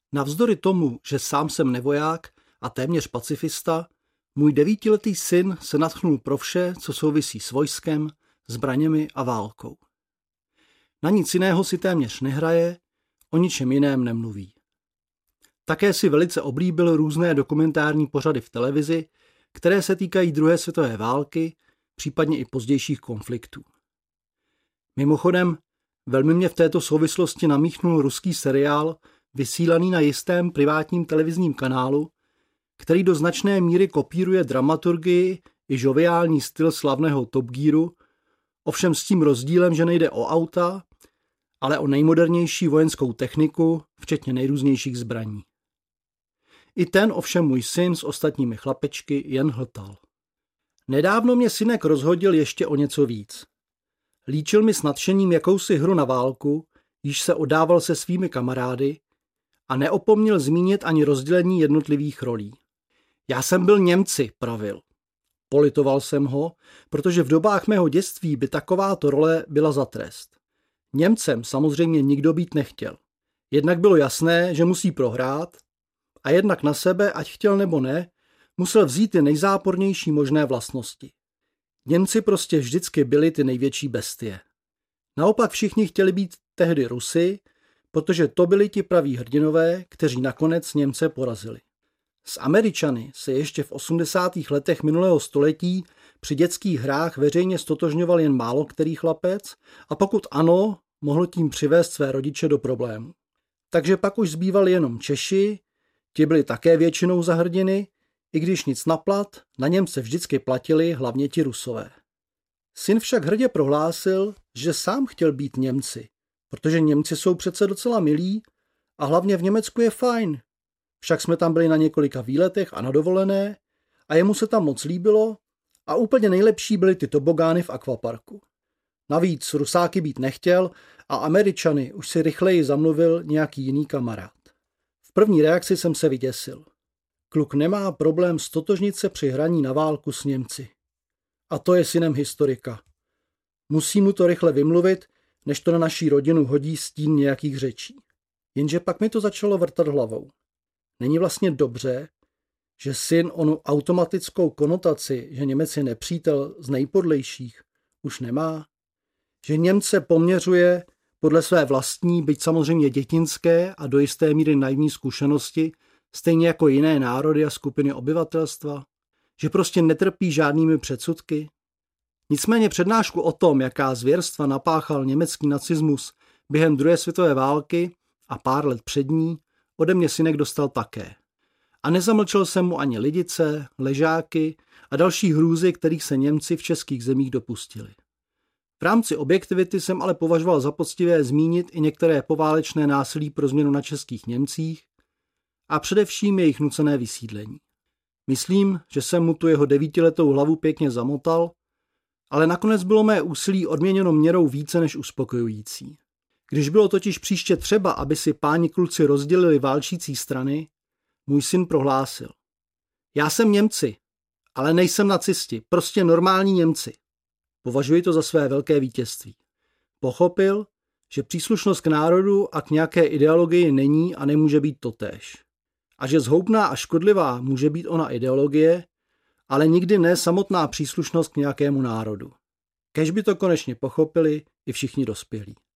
Navzdory tomu, že sám jsem nevoják a téměř pacifista, můj 9letý syn se nadchnul pro vše, co souvisí s vojskem, zbraněmi a válkou. Na nic jiného si téměř nehraje, o ničem jiném nemluví. Také si velice oblíbil různé dokumentární pořady v televizi, které se týkají druhé světové války, případně i pozdějších konfliktů. Mimochodem, velmi mě v této souvislosti namíchnul ruský seriál, vysílaný na jistém privátním televizním kanálu, který do značné míry kopíruje dramaturgii i žoviální styl slavného Top Gearu, ovšem s tím rozdílem, že nejde o auta, ale o nejmodernější vojenskou techniku, včetně nejrůznějších zbraní. I ten ovšem můj syn s ostatními chlapečky jen hltal. Nedávno mě synek rozhodil ještě o něco víc. Líčil mi s nadšením jakousi hru na válku, již se oddával se svými kamarády a neopomněl zmínit ani rozdělení jednotlivých rolí. Já jsem byl Němci, pravil. Politoval jsem ho, protože v dobách mého dětství by takováto role byla za trest. Němcem samozřejmě nikdo být nechtěl. Jednak bylo jasné, že musí prohrát, a jednak na sebe, ať chtěl nebo ne, musel vzít ty nejzápornější možné vlastnosti. Němci prostě vždycky byli ty největší bestie. Naopak všichni chtěli být tehdy Rusy, protože to byli ti praví hrdinové, kteří nakonec Němce porazili. S Američany se ještě v 80. letech minulého století při dětských hrách veřejně stotožňoval jen málo který chlapec a pokud ano, mohl tím přivést své rodiče do problému. Takže pak už zbývali jenom Češi, ti byli také většinou za hrdiny, i když nic na plat, na Němce vždycky platili hlavně ti Rusové. Syn však hrdě prohlásil, že sám chtěl být Němci, protože Němci jsou přece docela milí a hlavně v Německu je fajn. Však jsme tam byli na několika výletech a na dovolené a jemu se tam moc líbilo a úplně nejlepší byly ty tobogány v akvaparku. Navíc Rusáky být nechtěl a Američany už si rychleji zamluvil nějaký jiný kamarád. V první reakci jsem se vyděsil. Kluk nemá problém stotožnit se při hraní na válku s Němci. A to je synem historika. Musí mu to rychle vymluvit, než to na naší rodinu hodí stín nějakých řečí. Jenže pak mi to začalo vrtat hlavou. Není vlastně dobře, že syn onu automatickou konotaci, že Němec je nepřítel z nejpodlejších, už nemá? Že Němce poměřuje podle své vlastní, byť samozřejmě dětinské a do jisté míry naivní zkušenosti, stejně jako jiné národy a skupiny obyvatelstva? Že prostě netrpí žádnými předsudky? Nicméně přednášku o tom, jaká zvěrstva napáchal německý nacismus během druhé světové války a pár let před ní, ode mě synek dostal také. A nezamlčel jsem mu ani lidice, ležáky a další hrůzy, kterých se Němci v českých zemích dopustili. V rámci objektivity jsem ale považoval za poctivé zmínit i některé poválečné násilí pro změnu na českých Němcích a především jejich nucené vysídlení. Myslím, že jsem mu tu jeho 9letou hlavu pěkně zamotal, ale nakonec bylo mé úsilí odměněno měrou více než uspokojující. Když bylo totiž příště třeba, aby si páni kluci rozdělili válčící strany, můj syn prohlásil. Já jsem Němci, ale nejsem nacisti, prostě normální Němci. Považuji to za své velké vítězství. Pochopil, že příslušnost k národu a k nějaké ideologii není a nemůže být totéž. A že zhoubná a škodlivá může být ona ideologie, ale nikdy ne samotná příslušnost k nějakému národu. Kéž by to konečně pochopili i všichni dospělí.